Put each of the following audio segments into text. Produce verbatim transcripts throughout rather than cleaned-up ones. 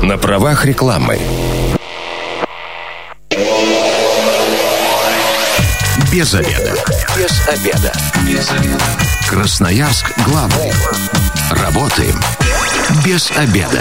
на правах рекламы. Без обеда. Без обеда. Без обеда. Красноярск главный. Работаем без обеда.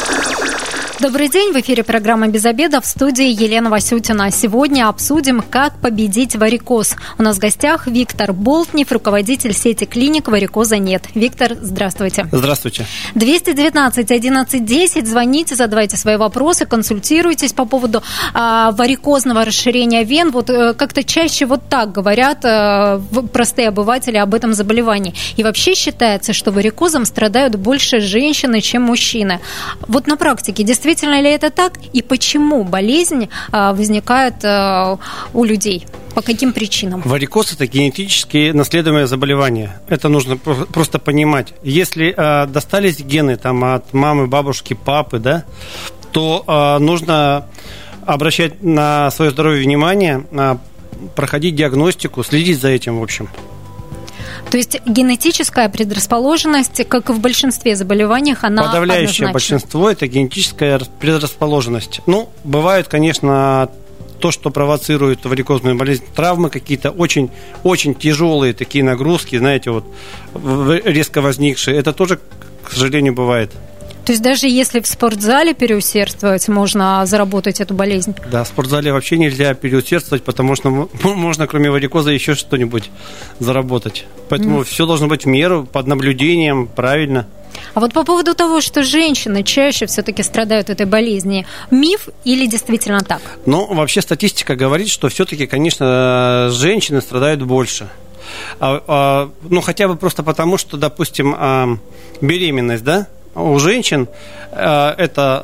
Добрый день, в эфире программа «Без обеда», в студии Елена Васютина. Сегодня обсудим, как победить варикоз. У нас в гостях Виктор Болтнев, руководитель сети клиник «Варикоза нет». Виктор, здравствуйте. Здравствуйте. двести девятнадцать одиннадцать десять, звоните, задавайте свои вопросы, консультируйтесь по поводу а, варикозного расширения вен. Вот а, как-то чаще вот так говорят а, простые обыватели об этом заболевании. И вообще считается, что варикозом страдают больше женщины, чем мужчины. Вот на практике действительно Действительно ли это так? И почему болезнь а, возникает а, у людей? По каким причинам? Варикоз – это генетически наследуемое заболевание. Это нужно просто понимать. Если а, достались гены там, от мамы, бабушки, папы, да, то а, нужно обращать на свое здоровье внимание, а, проходить диагностику, следить за этим, в общем. То есть генетическая предрасположенность, как и в большинстве заболеваний, она подавляющее однозначна. Большинство – это генетическая предрасположенность. Ну, бывает, конечно, то, что провоцирует варикозную болезнь, травмы какие-то очень, очень тяжелые такие нагрузки, знаете, вот резко возникшие. Это тоже, к сожалению, бывает. То есть даже если в спортзале переусердствовать, можно заработать эту болезнь? Да, в спортзале вообще нельзя переусердствовать, потому что можно, кроме варикоза, еще что-нибудь заработать. Поэтому mm. все должно быть в меру, под наблюдением, правильно. А вот по поводу того, что женщины чаще все-таки страдают этой болезнью, миф или действительно так? Ну, вообще статистика говорит, что все-таки, конечно, женщины страдают больше. А, а, ну, хотя бы просто потому, что, допустим, а, беременность, да? У женщин э, это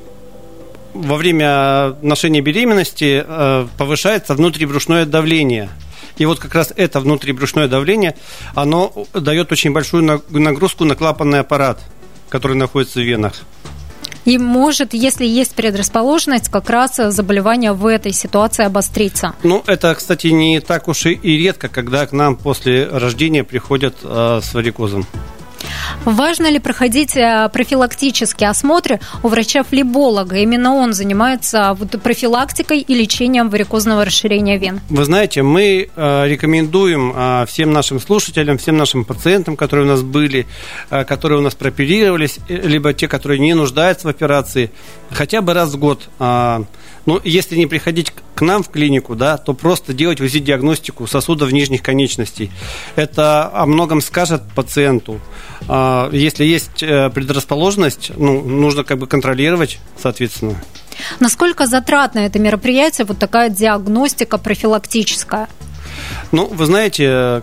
во время ношения беременности э, повышается внутрибрюшное давление. И вот как раз это внутрибрюшное давление, оно дает очень большую нагрузку на клапанный аппарат, который находится в венах. И может, если есть предрасположенность, как раз заболевание в этой ситуации обострится. Ну, это, кстати, не так уж и редко, когда к нам после рождения приходят э, с варикозом. Важно ли проходить профилактические осмотры у врача-флеболога? Именно он занимается профилактикой и лечением варикозного расширения вен. Вы знаете, мы рекомендуем всем нашим слушателям, всем нашим пациентам, которые у нас были, которые у нас прооперировались, либо те, которые не нуждаются в операции, хотя бы раз в год. Ну, если не приходить к нам в клинику, да, то просто делать УЗИ-диагностику сосудов нижних конечностей. Это о многом скажет пациенту. Если есть предрасположенность, ну, нужно как бы контролировать, соответственно. Насколько затратно это мероприятие, вот такая диагностика профилактическая? Ну, вы знаете,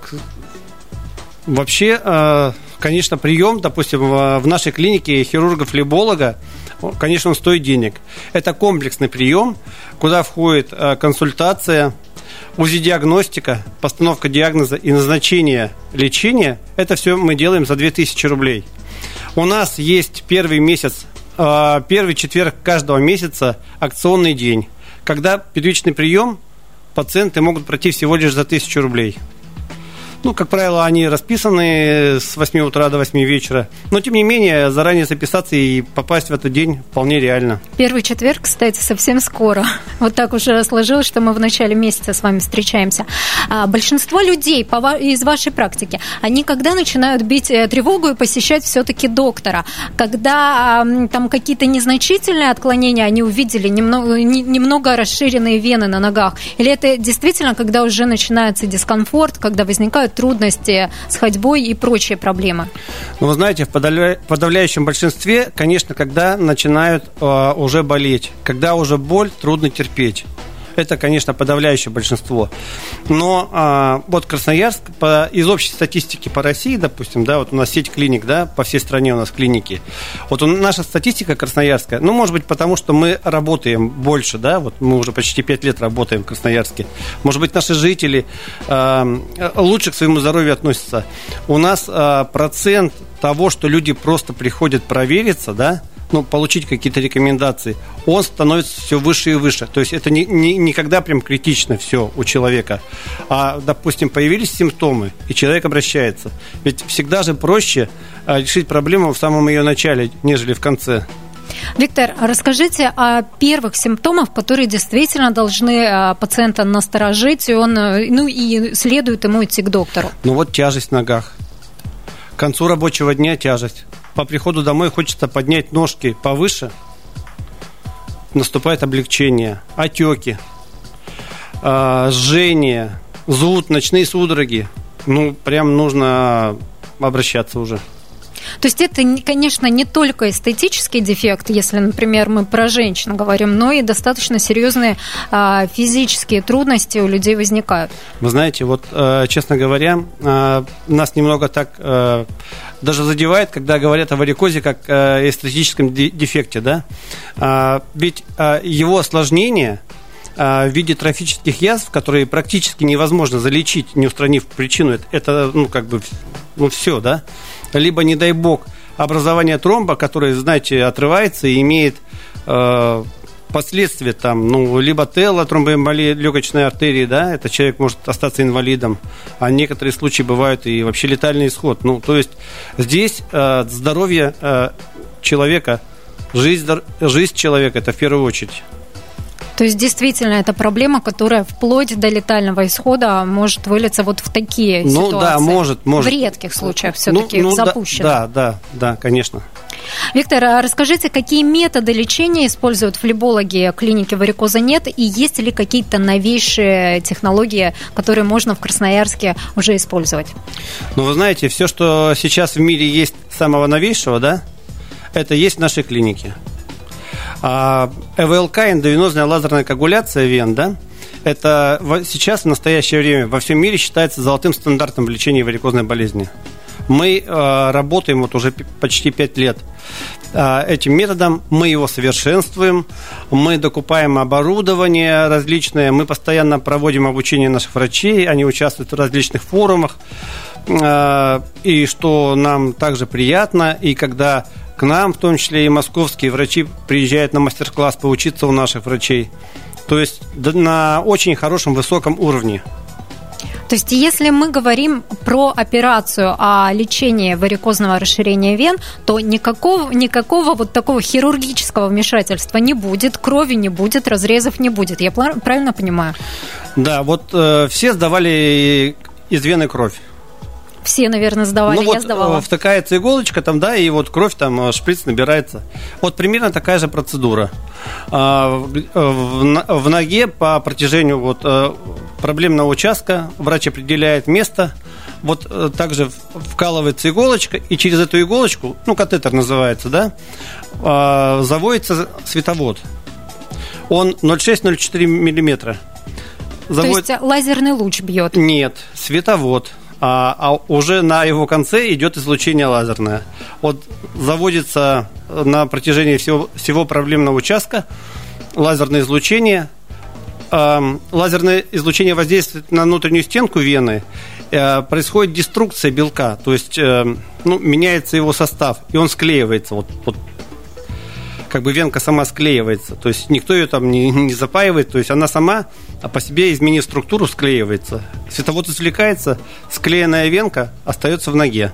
вообще, конечно, прием, допустим, в нашей клинике хирурга-флеболога, конечно, он стоит денег. Это комплексный прием, куда входит консультация, УЗИ-диагностика, постановка диагноза и назначение лечения. Это все мы делаем за две тысячи рублей. У нас есть первый месяц, первый четверг каждого месяца акционный день, когда первичный прием пациенты могут пройти всего лишь за тысячу рублей. Ну, как правило, они расписаны с восьми утра до восьми вечера. Но, тем не менее, заранее записаться и попасть в этот день вполне реально. Первый четверг, кстати, совсем скоро. Вот так уже сложилось, что мы в начале месяца с вами встречаемся. А большинство людей из вашей практики, они когда начинают бить тревогу и посещать все-таки доктора? Когда там какие-то незначительные отклонения, они увидели немного, немного расширенные вены на ногах? Или это действительно, когда уже начинается дискомфорт, когда возникают трудности с ходьбой и прочие проблемы? Ну, вы знаете, в подавляющем большинстве, конечно, когда начинают э, уже болеть, когда уже боль трудно терпеть. Это, конечно, подавляющее большинство. Но а, вот Красноярск, по, из общей статистики по России, допустим, да, вот у нас сеть клиник, да, по всей стране у нас клиники. Вот у, наша статистика красноярская, ну, может быть, потому что мы работаем больше, да, вот мы уже почти пять лет работаем в Красноярске. Может быть, наши жители а, лучше к своему здоровью относятся. У нас а, процент того, что люди просто приходят провериться, да, ну, получить какие-то рекомендации, он становится все выше и выше. То есть это не, не, никогда прям критично все у человека. А, допустим, появились симптомы, и человек обращается. Ведь всегда же проще решить проблему в самом ее начале, нежели в конце. Виктор, расскажите о первых симптомах, которые действительно должны пациента насторожить, и он, ну и следует ему идти к доктору. Ну вот тяжесть в ногах. К концу рабочего дня тяжесть. По приходу домой хочется поднять ножки повыше. Наступает облегчение. Отеки, э, жжение, зуд, ночные судороги. Ну, прям нужно обращаться уже. То есть это, конечно, не только эстетический дефект, если, например, мы про женщин говорим, но и достаточно серьезные а, физические трудности у людей возникают. Вы знаете, вот, э, честно говоря, э, нас немного так э, даже задевает, когда говорят о варикозе как э, эстетическом дефекте, да? А, ведь э, его осложнение в виде трофических язв, которые практически невозможно залечить, не устранив причину, это, ну, как бы, ну, все, да? Либо, не дай бог, образование тромба, который, знаете, отрывается и имеет э, последствия там, ну, либо тело, тромбоэмболия легочной артерии, да, это человек может остаться инвалидом, а некоторые случаи бывают и вообще летальный исход. Ну, то есть здесь э, здоровье э, человека, жизнь, жизнь человека, это в первую очередь. То есть, действительно, это проблема, которая вплоть до летального исхода может вылиться вот в такие ну, ситуации. Ну, да, может, может. В редких случаях все-таки ну, ну, запущено. Да, да, да, конечно. Виктор, а расскажите, какие методы лечения используют флебологи клиники варикоза нет, и есть ли какие-то новейшие технологии, которые можно в Красноярске уже использовать? Ну, вы знаете, все, что сейчас в мире есть самого новейшего, да, это есть в нашей клинике. А ЭВЛК, эндовенозная лазерная коагуляция вен, да, это сейчас, в настоящее время, во всем мире считается золотым стандартом в лечении варикозной болезни. Мы э, работаем вот уже почти пять лет э, этим методом, мы его совершенствуем, мы докупаем оборудование различное, мы постоянно проводим обучение наших врачей, они участвуют в различных форумах, э, и что нам также приятно, и когда к нам, в том числе и московские врачи, приезжают на мастер-класс поучиться у наших врачей. То есть на очень хорошем, высоком уровне. То есть если мы говорим про операцию о лечении варикозного расширения вен, то никакого, никакого вот такого хирургического вмешательства не будет, крови не будет, разрезов не будет. Я правильно понимаю? Да, вот э, все сдавали из вены кровь. Все, наверное, сдавали, ну, я вот сдавала. Втыкается иголочка там, да, и вот кровь там, шприц набирается. Вот примерно такая же процедура. В ноге по протяжению вот проблемного участка врач определяет место, вот также вкалывается иголочка, и через эту иголочку, ну, катетер называется, да, заводится световод. Он ноль целых шесть - ноль целых четыре миллиметра. Заводит... То есть лазерный луч бьет? Нет, световод. А, а уже на его конце идет излучение лазерное. Вот заводится на протяжении всего, всего проблемного участка лазерное излучение. Э, лазерное излучение воздействует на внутреннюю стенку вены. Э, происходит деструкция белка, то есть э, ну, меняется его состав, и он склеивается. Вот, вот, как бы венка сама склеивается. То есть никто ее там не, не запаивает, то есть она сама по себе, изменив структуру, склеивается. Световод извлекается, склеенная венка остается в ноге.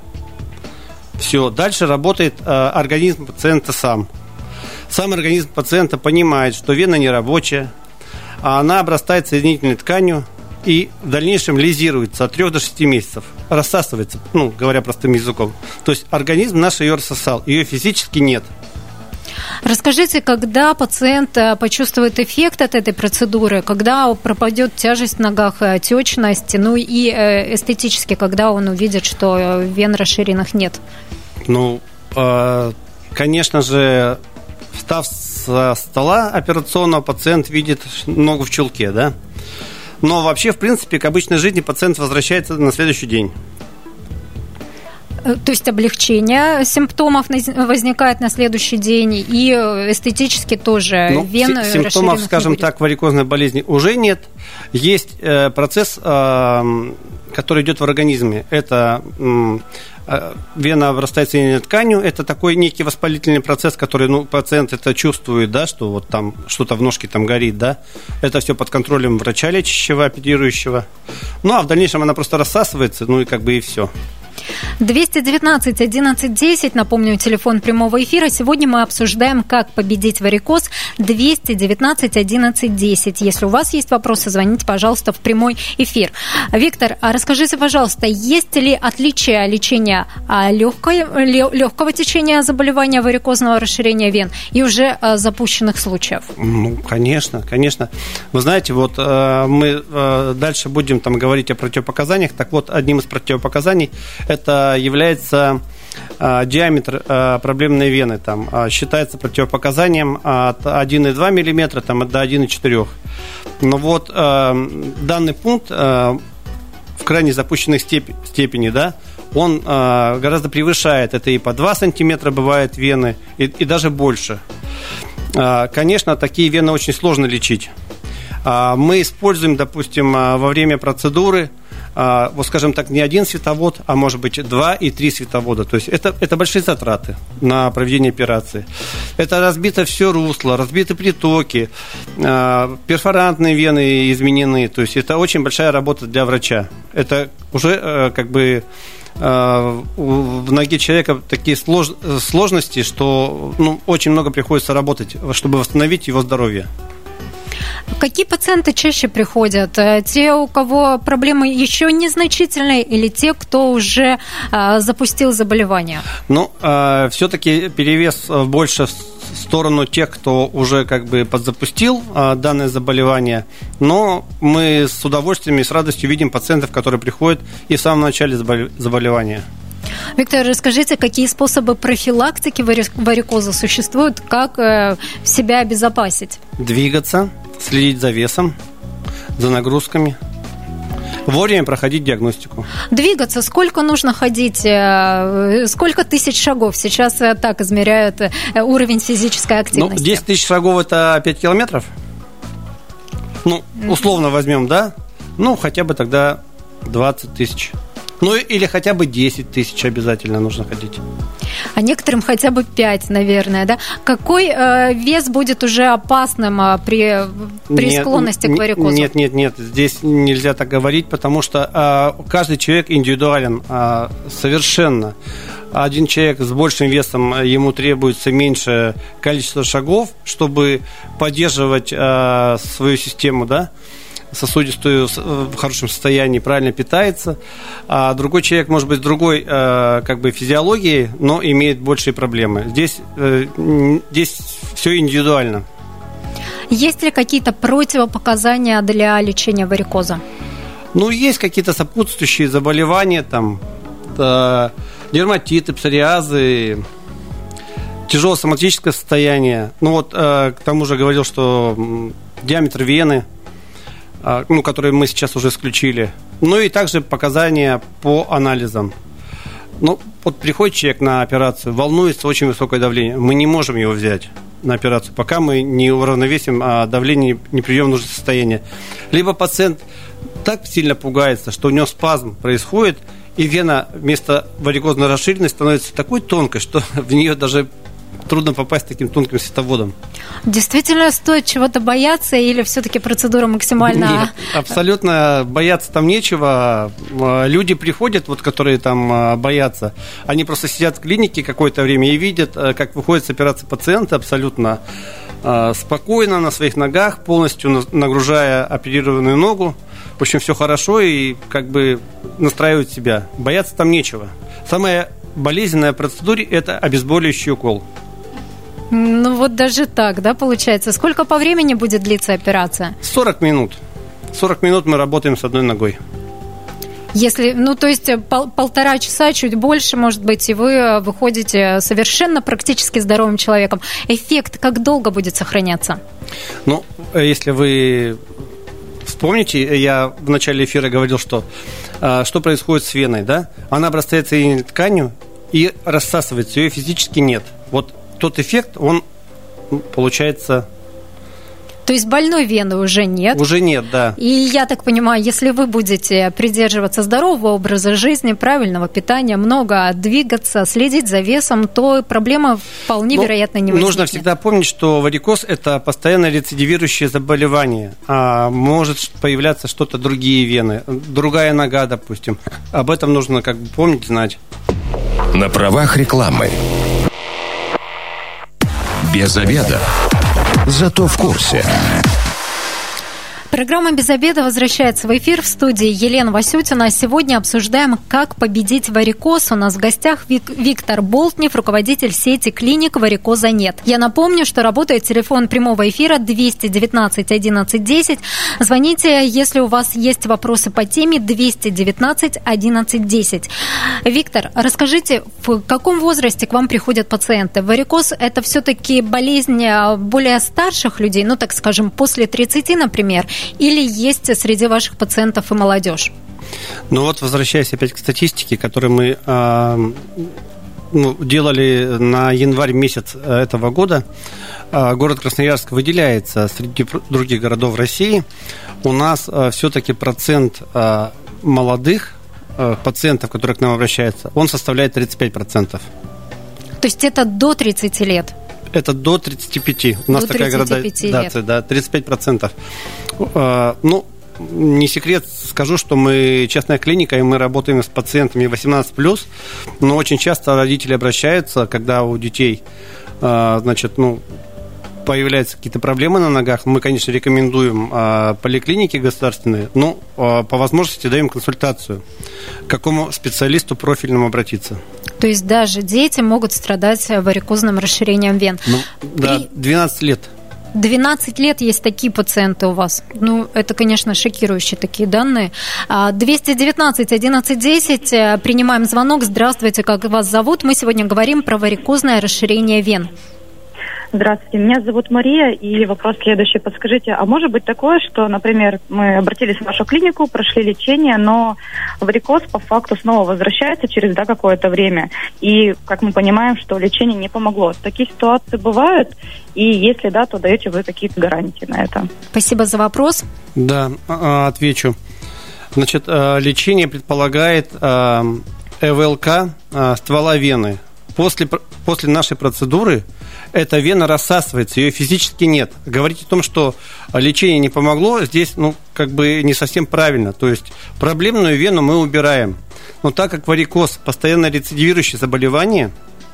Все, дальше работает э, организм пациента сам. Сам организм пациента понимает, что вена нерабочая, а она обрастает соединительной тканью и в дальнейшем лизируется от трёх до шести месяцев, рассасывается, ну, говоря простым языком. То есть организм наш ее рассосал, ее физически нет. Расскажите, когда пациент почувствует эффект от этой процедуры, когда пропадет тяжесть в ногах, отечность, ну и эстетически, когда он увидит, что вен расширенных нет? Ну, конечно же, встав со стола операционного, пациент видит ногу в чулке, да? Но вообще, в принципе, к обычной жизни пациент возвращается на следующий день. То есть облегчение симптомов возникает на следующий день, и эстетически тоже ну, вен расширенных не будет. Симптомов, скажем так, варикозной болезни уже нет. Есть э, процесс, э, который идет в организме. Это э, вена обрастает соединительной тканью. Это такой некий воспалительный процесс, который, ну, пациент это чувствует, да, что вот там что-то в ножке там горит, да. Это все под контролем врача лечащего, оперирующего. Ну, а в дальнейшем она просто рассасывается, ну и как бы и все. двести девятнадцать одиннадцать десять, напомню, телефон прямого эфира. Сегодня мы обсуждаем, как победить варикоз. двести девятнадцать одиннадцать десять. Если у вас есть вопросы, звоните, пожалуйста, в прямой эфир. Виктор, а расскажите, пожалуйста, есть ли отличие лечения легкой, легкого течения заболевания варикозного расширения вен и уже запущенных случаев? Ну, конечно, конечно. Вы знаете, вот мы дальше будем там говорить о противопоказаниях. Так вот, одним из противопоказаний это является а, диаметр а, проблемной вены. Там, а, считается противопоказанием от один и два миллиметра там, до один и четыре. Но вот а, данный пункт а, в крайне запущенной степени, степени да, он а, гораздо превышает. Это и по два сантиметра бывает вены, и, и даже больше. А, конечно, такие вены очень сложно лечить. А, мы используем, допустим, во время процедуры, вот, скажем так, не один световод, а может быть два и три световода. То есть это, это большие затраты на проведение операции. Это разбито все русло, разбиты притоки, перфорантные вены изменены. То есть это очень большая работа для врача. Это уже как бы в ноге человека такие слож, сложности, что ну, очень много приходится работать, чтобы восстановить его здоровье. Какие пациенты чаще приходят? Те, у кого проблемы еще незначительные, или те, кто уже а, запустил заболевание? Ну, а, все-таки перевес больше в сторону тех, кто уже как бы подзапустил а, данное заболевание. Но мы с удовольствием и с радостью видим пациентов, которые приходят и в самом начале заболевания. Виктор, расскажите, какие способы профилактики варикоза существуют, как э, себя обезопасить? Двигаться, следить за весом, за нагрузками, вовремя проходить диагностику. Двигаться, сколько нужно ходить, сколько тысяч шагов? Сейчас так измеряют уровень физической активности. Ну, десять тысяч шагов – это пять километров. Ну, условно возьмем, да? Ну, хотя бы тогда двадцать тысяч. Ну, или хотя бы десять тысяч обязательно нужно ходить. А некоторым хотя бы пять, наверное, да? Какой э, вес будет уже опасным э, при, при нет, склонности к варикозу? Нет, нет, нет, здесь нельзя так говорить, потому что э, каждый человек индивидуален э, совершенно. Один человек с большим весом, ему требуется меньше количество шагов, чтобы поддерживать э, свою систему, да? Сосудистую в хорошем состоянии, правильно питается, а другой человек, может быть, с другой как бы физиологией, но имеет большие проблемы. Здесь, здесь все индивидуально. Есть ли какие-то противопоказания для лечения варикоза? Ну, есть какие-то сопутствующие заболевания, там, дерматиты, псориазы, тяжелое соматическое состояние. Ну, вот, к тому же говорил, что диаметр вены, ну, которые мы сейчас уже исключили. Ну и также показания по анализам. Ну, вот приходит человек на операцию, волнуется, очень высокое давление. Мы не можем его взять на операцию, пока мы не уравновесим а давление, не приведем в нужное состояние. Либо пациент так сильно пугается, что у него спазм происходит, и вена вместо варикозной расширенной становится такой тонкой, что в нее даже трудно попасть таким тонким световодом. Действительно стоит чего-то бояться или все-таки процедура максимально... Нет, абсолютно бояться там нечего. Люди приходят, вот, которые там боятся, они просто сидят в клинике какое-то время и видят, как выходит с операции пациента абсолютно спокойно, на своих ногах, полностью нагружая оперированную ногу. В общем, все хорошо и как бы настраивают себя. Бояться там нечего. Самая болезненная процедура – это обезболивающий укол. Ну вот даже так, да, получается. Сколько по времени будет длиться операция? сорок минут. сорок минут мы работаем с одной ногой. Если, ну, то есть пол, полтора часа, чуть больше, может быть, и вы выходите совершенно практически здоровым человеком. Эффект как долго будет сохраняться? Ну, если вы вспомните, я в начале эфира говорил, что что происходит с веной, да? Она обрастает соединительной тканью и рассасывается, ее физически нет. Вот тот эффект, он получается То есть больной вены уже нет? Уже нет, да. И я так понимаю, если вы будете придерживаться здорового образа жизни, правильного питания, много двигаться, следить за весом, то проблема вполне ну, вероятно не возникнет. Нужно всегда помнить, что варикоз – это постоянно рецидивирующее заболевание. А может появляться что-то, другие вены, другая нога, допустим. Об этом нужно как бы помнить, знать. На правах рекламы. Без обеда. Зато в курсе. Программа «Без обеда» возвращается в эфир. В студии Елена Васютина. Сегодня обсуждаем, как победить варикоз. У нас в гостях Вик- Виктор Болтнев, руководитель сети клиник «Варикоза нет». Я напомню, что работает телефон прямого эфира двести девятнадцать одиннадцать десять. Звоните, если у вас есть вопросы по теме, двести девятнадцать одиннадцать десять. Виктор, расскажите, в каком возрасте к вам приходят пациенты? Варикоз – это все-таки болезнь более старших людей, ну, так скажем, после тридцати, например, или есть среди ваших пациентов и молодежь? Ну вот, возвращаясь опять к статистике, которую мы э, ну, делали на январь месяц этого года, э, город Красноярск выделяется среди других городов России. У нас э, все-таки процент э, молодых э, пациентов, которые к нам обращаются, он составляет тридцать пять процентов. То есть это до тридцати лет? Это до тридцати пяти. У нас до такая градация, да, тридцать пять процентов. Ну, не секрет, скажу, что мы частная клиника, и мы работаем с пациентами восемнадцать плюс, но очень часто родители обращаются, когда у детей, значит, ну, появляются какие-то проблемы на ногах, мы, конечно, рекомендуем а, поликлиники государственные, но а, по возможности даем консультацию, к какому специалисту профильному обратиться. То есть даже дети могут страдать варикозным расширением вен? Ну, да, двенадцать лет. двенадцать лет есть такие пациенты у вас. Ну, это, конечно, шокирующие такие данные. двести девятнадцать одиннадцать десять. Принимаем звонок. Здравствуйте, как вас зовут? Мы сегодня говорим про варикозное расширение вен. Здравствуйте, меня зовут Мария, и вопрос следующий. Подскажите, а может быть такое, что, например, мы обратились в вашу клинику, прошли лечение, но варикоз по факту снова возвращается через да, какое-то время, и, как мы понимаем, что лечение не помогло. Такие ситуации бывают, и если да, то даете вы какие-то гарантии на это? Спасибо за вопрос. Да, отвечу. Значит, лечение предполагает ЭВЛК ствола вены. После, после нашей процедуры эта вена рассасывается, ее физически нет. Говорить о том, что лечение не помогло, здесь, ну, как бы не совсем правильно. То есть проблемную вену мы убираем. Но так как варикоз постоянно рецидивирующее заболевание,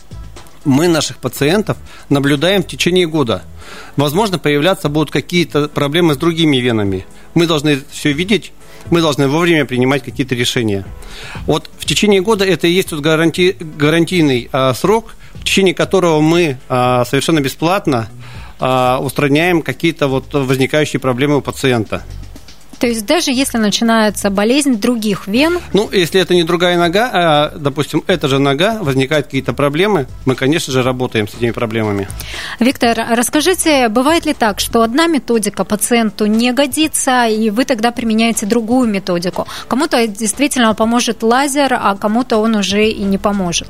мы наших пациентов наблюдаем в течение года. Возможно, появляться будут какие-то проблемы с другими венами. Мы должны все видеть, мы должны вовремя принимать какие-то решения. Вот в течение года это и есть тот гаранти, гарантийный а, срок, в течение которого мы а, совершенно бесплатно а, устраняем какие-то вот возникающие проблемы у пациента. То есть даже если начинается болезнь других вен... Ну, если это не другая нога, а, допустим, эта же нога, возникают какие-то проблемы, мы, конечно же, работаем с этими проблемами. Виктор, расскажите, бывает ли так, что одна методика пациенту не годится, и вы тогда применяете другую методику? Кому-то действительно поможет лазер, а кому-то он уже и не поможет.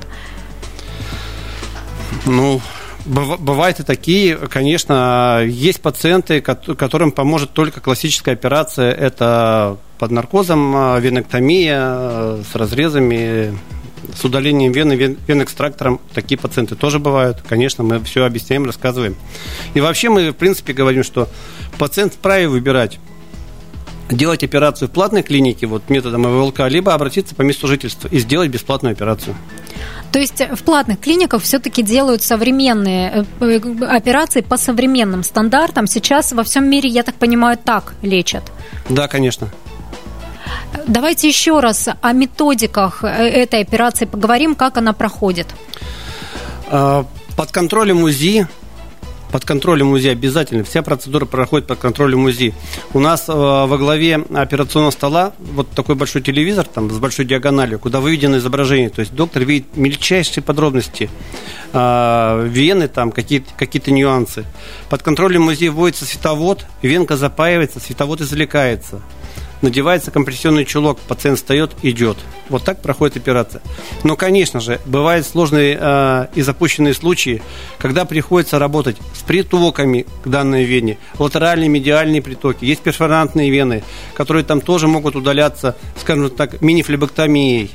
Ну... Бывают и такие, конечно, есть пациенты, которым поможет только классическая операция, это под наркозом, веноктомия с разрезами, с удалением вены, веноэкстрактором. Такие пациенты тоже бывают, конечно, мы все объясняем, рассказываем. И вообще мы, в принципе, говорим, что пациент вправе выбирать, делать операцию в платной клинике, вот методом ЭВЛК, либо обратиться по месту жительства и сделать бесплатную операцию. То есть в платных клиниках все-таки делают современные операции по современным стандартам. Сейчас во всем мире, я так понимаю, так лечат? Да, конечно. Давайте еще раз о методиках этой операции поговорим, как она проходит. Под контролем УЗИ. Под контролем УЗИ обязательно. Вся процедура проходит под контролем УЗИ. У нас э, во главе операционного стола вот такой большой телевизор там, с большой диагональю, куда выведено изображение. То есть доктор видит мельчайшие подробности, э, вены, там, какие-то, какие-то нюансы. Под контролем УЗИ вводится световод, венка запаивается, световод извлекается. надевается компрессионный чулок, пациент встает, идет. Вот так проходит операция. Но, конечно же, бывают сложные э, и запущенные случаи, когда приходится работать с притоками к данной вене, латеральные, медиальные притоки. Есть перфорантные вены, которые там тоже могут удаляться, скажем так, мини-флебектомией.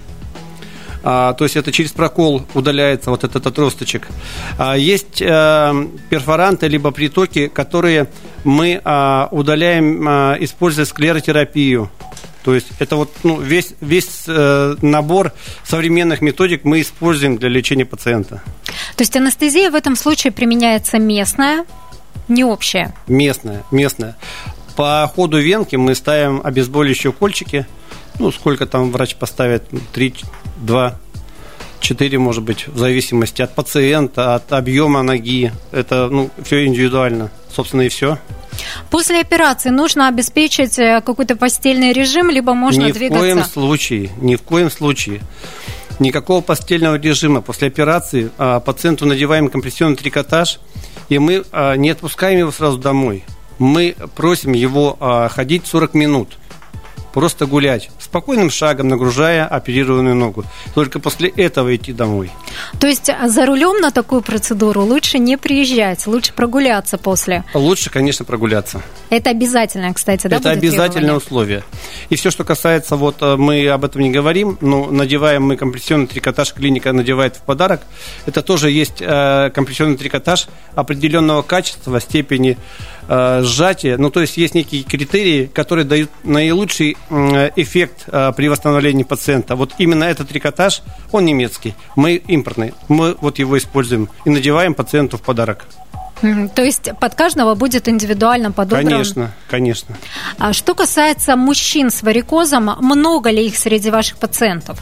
А, то есть это через прокол удаляется вот этот отросточек. А, есть а, перфоранты либо притоки, которые мы а, удаляем, а, используя склеротерапию. То есть это вот ну, весь, весь э, набор современных методик мы используем для лечения пациента. То есть анестезия в этом случае применяется местная, не общая? Местная, местная. По ходу венки мы ставим обезболивающие укольчики. Ну, сколько там врач поставит? три, два, четыре, может быть, в зависимости от пациента, от объема ноги. Это, ну, все индивидуально. Собственно, и все. После операции нужно обеспечить какой-то постельный режим, либо можно ни двигаться? Ни в коем случае, ни в коем случае. Никакого постельного режима. После операции а, пациенту надеваем компрессионный трикотаж, и мы а, не отпускаем его сразу домой. Мы просим его а, ходить сорок минут. Просто гулять, спокойным шагом нагружая оперированную ногу. Только после этого идти домой. То есть за рулем на такую процедуру лучше не приезжать, лучше прогуляться после? Лучше, конечно, прогуляться. Это обязательно, кстати, да? Это обязательное условие. И все, что касается, вот мы об этом не говорим, но надеваем мы компрессионный трикотаж, клиника надевает в подарок. Это тоже есть э, компрессионный трикотаж определенного качества, степени э, сжатия. Ну, то есть есть некие критерии, которые дают наилучший эффект при восстановлении пациента. Вот именно этот трикотаж, он немецкий, мы импортный, мы вот его используем и надеваем пациенту в подарок. То есть под каждого будет индивидуально подобран? Конечно, конечно. А что касается мужчин с варикозом, много ли их среди ваших пациентов?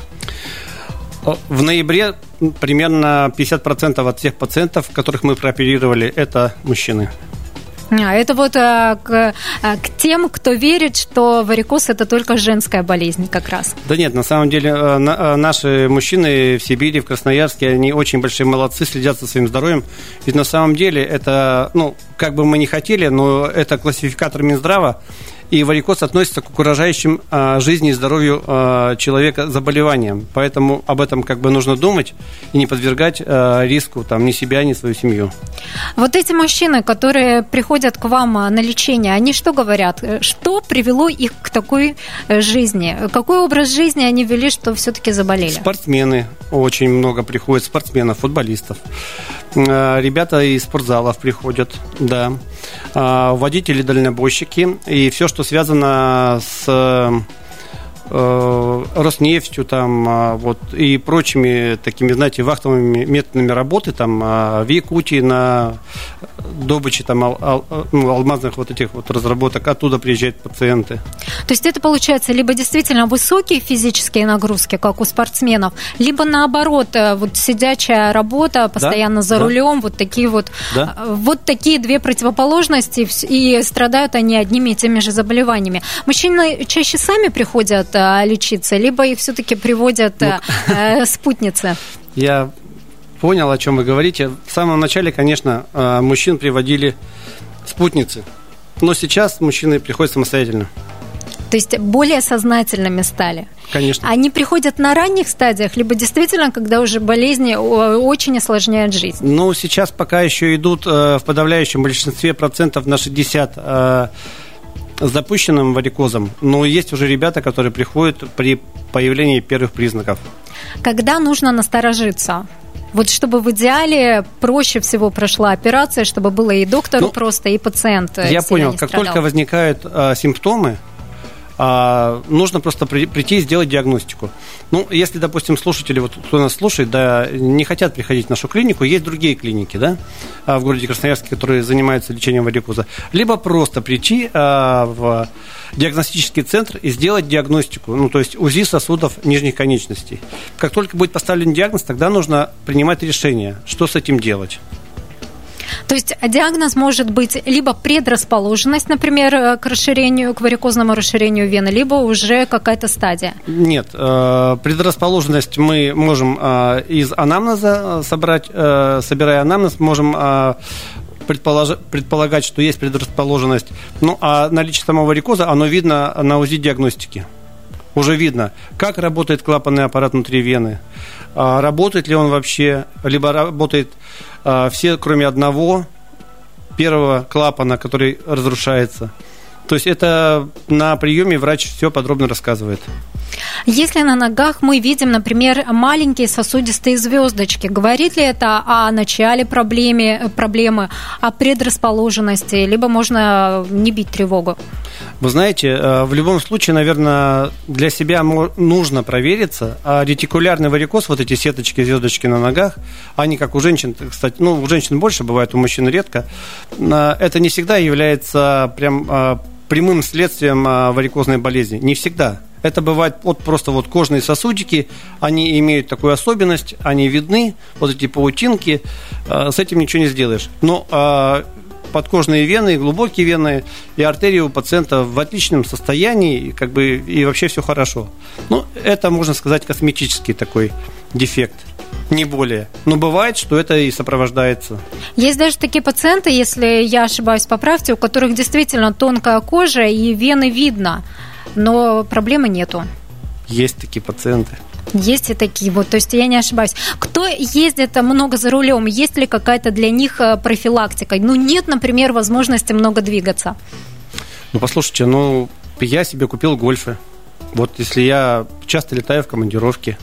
В ноябре примерно пятьдесят процентов от всех пациентов, которых мы прооперировали, это мужчины. А, это вот а, к, а, к тем, кто верит, что варикоз – это только женская болезнь как раз. Да нет, на самом деле на, наши мужчины в Сибири, в Красноярске, они очень большие молодцы, следят за своим здоровьем. Ведь на самом деле это, ну, как бы мы ни хотели, но это классификатор Минздрава, и варикоз относится к угрожающим а, жизни и здоровью а, человека заболеваниям. Поэтому об этом как бы нужно думать и не подвергать а, риску там, ни себя, ни свою семью. Вот эти мужчины, которые приходят к вам на лечение, они что говорят? Что привело их к такой жизни? Какой образ жизни они вели, что все-таки заболели? Спортсмены. Очень много приходят спортсменов, футболистов. Ребята из спортзалов приходят, да. Водители-дальнобойщики. И все, что связано с э, Роснефтью там, вот, и прочими такими, знаете, вахтовыми методами работы там, в Якутии на добыче там, ал, ал, ну, алмазных вот этих вот разработок, оттуда приезжают пациенты. То есть это получается либо действительно высокие физические нагрузки, как у спортсменов, либо наоборот, вот сидячая работа, постоянно да, за да. рулем, вот такие вот, да. вот такие две противоположности, и страдают они одними и теми же заболеваниями. Мужчины чаще сами приходят а, лечиться, либо их все-таки приводят ну, а, спутницы? Я понял, о чем вы говорите. В самом начале, конечно, мужчин приводили спутницы, но сейчас мужчины приходят самостоятельно. То есть более сознательными стали? Конечно. Они приходят на ранних стадиях, либо действительно, когда уже болезни очень осложняют жизнь? Ну, сейчас пока еще идут в подавляющем большинстве процентов на шестьдесят с запущенным варикозом, но есть уже ребята, которые приходят при появлении первых признаков. Когда нужно насторожиться? Вот чтобы в идеале проще всего прошла операция, чтобы было и доктору ну, просто, и пациент. Я понял, как только возникают а, симптомы, а, нужно просто при, прийти и сделать диагностику. Ну, если, допустим, слушатели, вот кто нас слушает, да, не хотят приходить в нашу клинику, есть другие клиники, да, в городе Красноярске, которые занимаются лечением варикоза. Либо просто прийти а, в диагностический центр и сделать диагностику, ну, то есть УЗИ сосудов нижних конечностей. Как только будет поставлен диагноз, тогда нужно принимать решение, что с этим делать. То есть диагноз может быть либо предрасположенность, например, к расширению, к варикозному расширению вены, либо уже какая-то стадия? Нет, предрасположенность мы можем из анамнеза собрать, собирая анамнез, можем предполож... предполагать, что есть предрасположенность. Ну, а наличие самого варикоза, оно видно на УЗИ-диагностике. Уже видно, как работает клапанный аппарат внутри вены, работает ли он вообще, либо работает все, кроме одного, первого клапана, который разрушается. То есть это на приеме врач все подробно рассказывает. Если на ногах мы видим, например, маленькие сосудистые звездочки, говорит ли это о начале проблемы, проблемы, о предрасположенности, либо можно не бить тревогу? Вы знаете, в любом случае, наверное, для себя нужно провериться. А ретикулярный варикоз, вот эти сеточки, звездочки на ногах, они как у женщин, кстати, ну, у женщин больше бывает, у мужчин редко, это не всегда является прям прямым следствием варикозной болезни. Не всегда. Это бывает вот просто вот кожные сосудики, они имеют такую особенность, они видны, вот эти паутинки, с этим ничего не сделаешь. Но подкожные вены, глубокие вены и артерии у пациента в отличном состоянии, как бы, и вообще все хорошо. Ну, это, можно сказать, косметический такой дефект, не более. Но бывает, что это и сопровождается. Есть даже такие пациенты, если я ошибаюсь, поправьте, у которых действительно тонкая кожа и вены видно, но проблемы нету. Есть такие пациенты. Есть и такие вот, то есть я не ошибаюсь. Кто ездит много за рулем, есть ли какая-то для них профилактика? Ну, нет, например, возможности много двигаться. Ну, послушайте, ну, я себе купил гольфы. Вот если я часто летаю в командировки,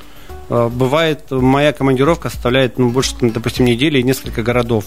бывает, моя командировка составляет, ну, больше, допустим, недели и несколько городов.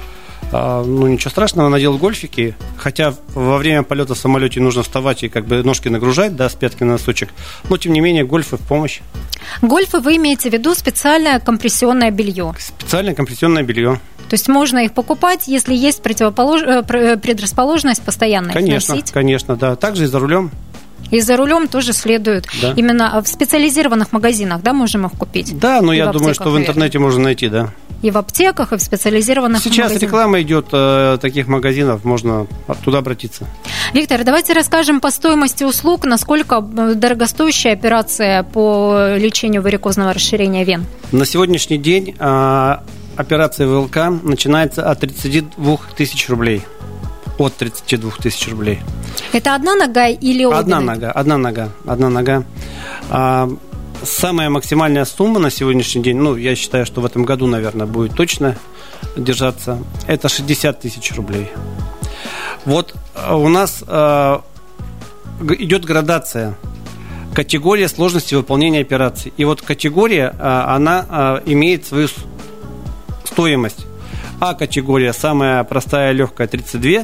Ну, ничего страшного, надел гольфики, хотя во время полета в самолете нужно вставать и как бы ножки нагружать, да, с пятки на носочек, но, тем не менее, гольфы в помощь. Гольфы вы имеете в виду специальное компрессионное белье? Специальное компрессионное белье. То есть можно их покупать, если есть противополож... предрасположенность постоянно конечно, их носить? Конечно, да, также и за рулем. И за рулем тоже следует. Да. Именно в специализированных магазинах, да, можем их купить? Да, но и я думаю, что в интернете наверное. можно найти, да. И в аптеках, и в специализированных Сейчас магазинах. Сейчас реклама идет э, таких магазинов, можно туда обратиться. Виктор, давайте расскажем по стоимости услуг, насколько дорогостоящая операция по лечению варикозного расширения вен. На сегодняшний день э, операция ВЛК начинается от тридцати двух тысяч рублей. От тридцати двух тысяч рублей. Это одна нога или обе? Одна нога, одна нога, одна нога. А, самая максимальная сумма на сегодняшний день, ну, я считаю, что в этом году, наверное, будет точно держаться, это шестьдесят тысяч рублей. Вот у нас а, идет градация, категория сложности выполнения операции. И вот категория, а, она а, имеет свою стоимость. А-категория, самая простая, легкая, тридцать два.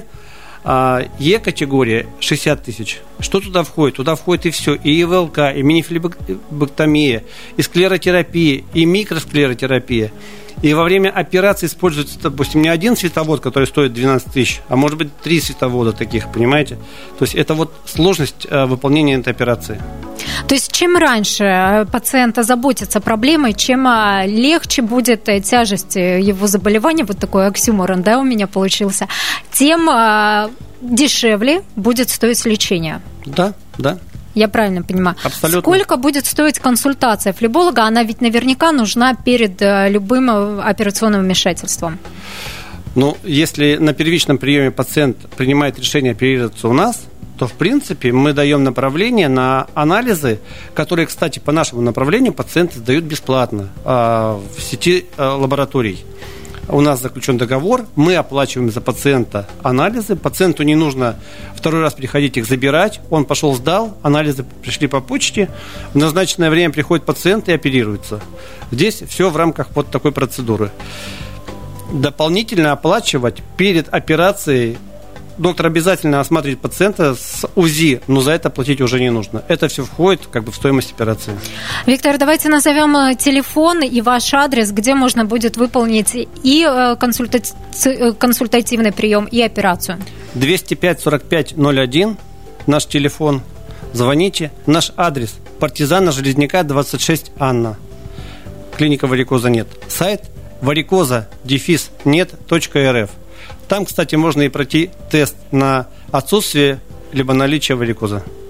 Е-категория шестьдесят тысяч. Что туда входит? Туда входит и все. И ИВЛК, и минифлебэктомия, и склеротерапия, и микросклеротерапия. И во время операции используется, допустим, не один световод, который стоит двенадцать тысяч, а может быть три световода таких, понимаете? То есть это вот сложность выполнения этой операции. То есть чем раньше пациент озаботится проблемой, чем легче будет тяжесть его заболевания, вот такой оксюморон, да, у меня получился, тем дешевле будет стоить лечение. Да, да. Я правильно понимаю? Абсолютно. Сколько будет стоить консультация флеболога? Она ведь наверняка нужна перед любым операционным вмешательством. Ну, если на первичном приеме пациент принимает решение оперироваться у нас, то, в принципе, мы даем направление на анализы, которые, кстати, по нашему направлению пациенты сдают бесплатно в сети лабораторий. У нас заключен договор, мы оплачиваем за пациента анализы. Пациенту не нужно второй раз приходить их забирать. Он пошел, сдал, анализы пришли по почте. В назначенное время приходит пациент и оперируется. Здесь все в рамках вот такой процедуры. Дополнительно оплачивать перед операцией. Доктор обязательно осматривает пациента с УЗИ, но за это платить уже не нужно. Это все входит как бы в стоимость операции. Виктор, давайте назовем телефон и ваш адрес, где можно будет выполнить и консульта... консультативный прием, и операцию. двести пять сорок пять ноль один, наш телефон. Звоните. Наш адрес: Партизана Железняка, двадцать шесть, Анна. Клиника варикоза нет. Сайт варикоза дефис нет точка эр эф. Там, кстати, можно и пройти тест на отсутствие либо наличие варикоза.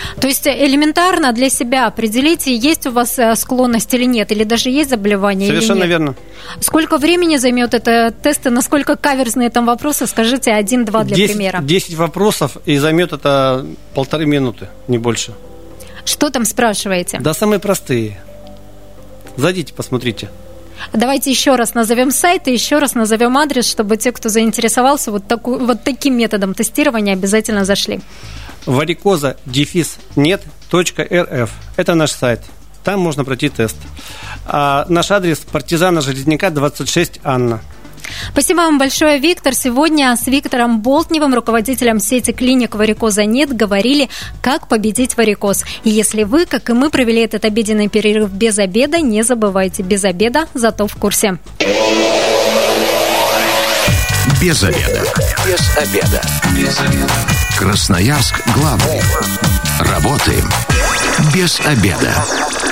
То есть элементарно для себя определите, есть у вас склонность или нет, или даже есть заболевание или нет. Совершенно верно. Сколько времени займет это тест, и насколько каверзные там вопросы, скажите один-два для десять, примера. десять вопросов, и займет это полторы минуты, не больше. Что там спрашиваете? Да, самые простые. Зайдите, посмотрите. Давайте еще раз назовем сайт и еще раз назовем адрес, чтобы те, кто заинтересовался вот, таку, вот таким методом тестирования, обязательно зашли. Варикоза дефис нет точка эр эф. Это наш сайт. Там можно пройти тест. А наш адрес Партизана Железняка, двадцать шесть, Анна. Спасибо вам большое, Виктор. Сегодня с Виктором Болтневым, руководителем сети клиник «Варикоза нет», говорили, как победить варикоз. И если вы, как и мы, провели этот обеденный перерыв без обеда, не забывайте, без обеда, зато в курсе. Без обеда. Без обеда. Без обеда. Красноярск главный. Работаем без обеда.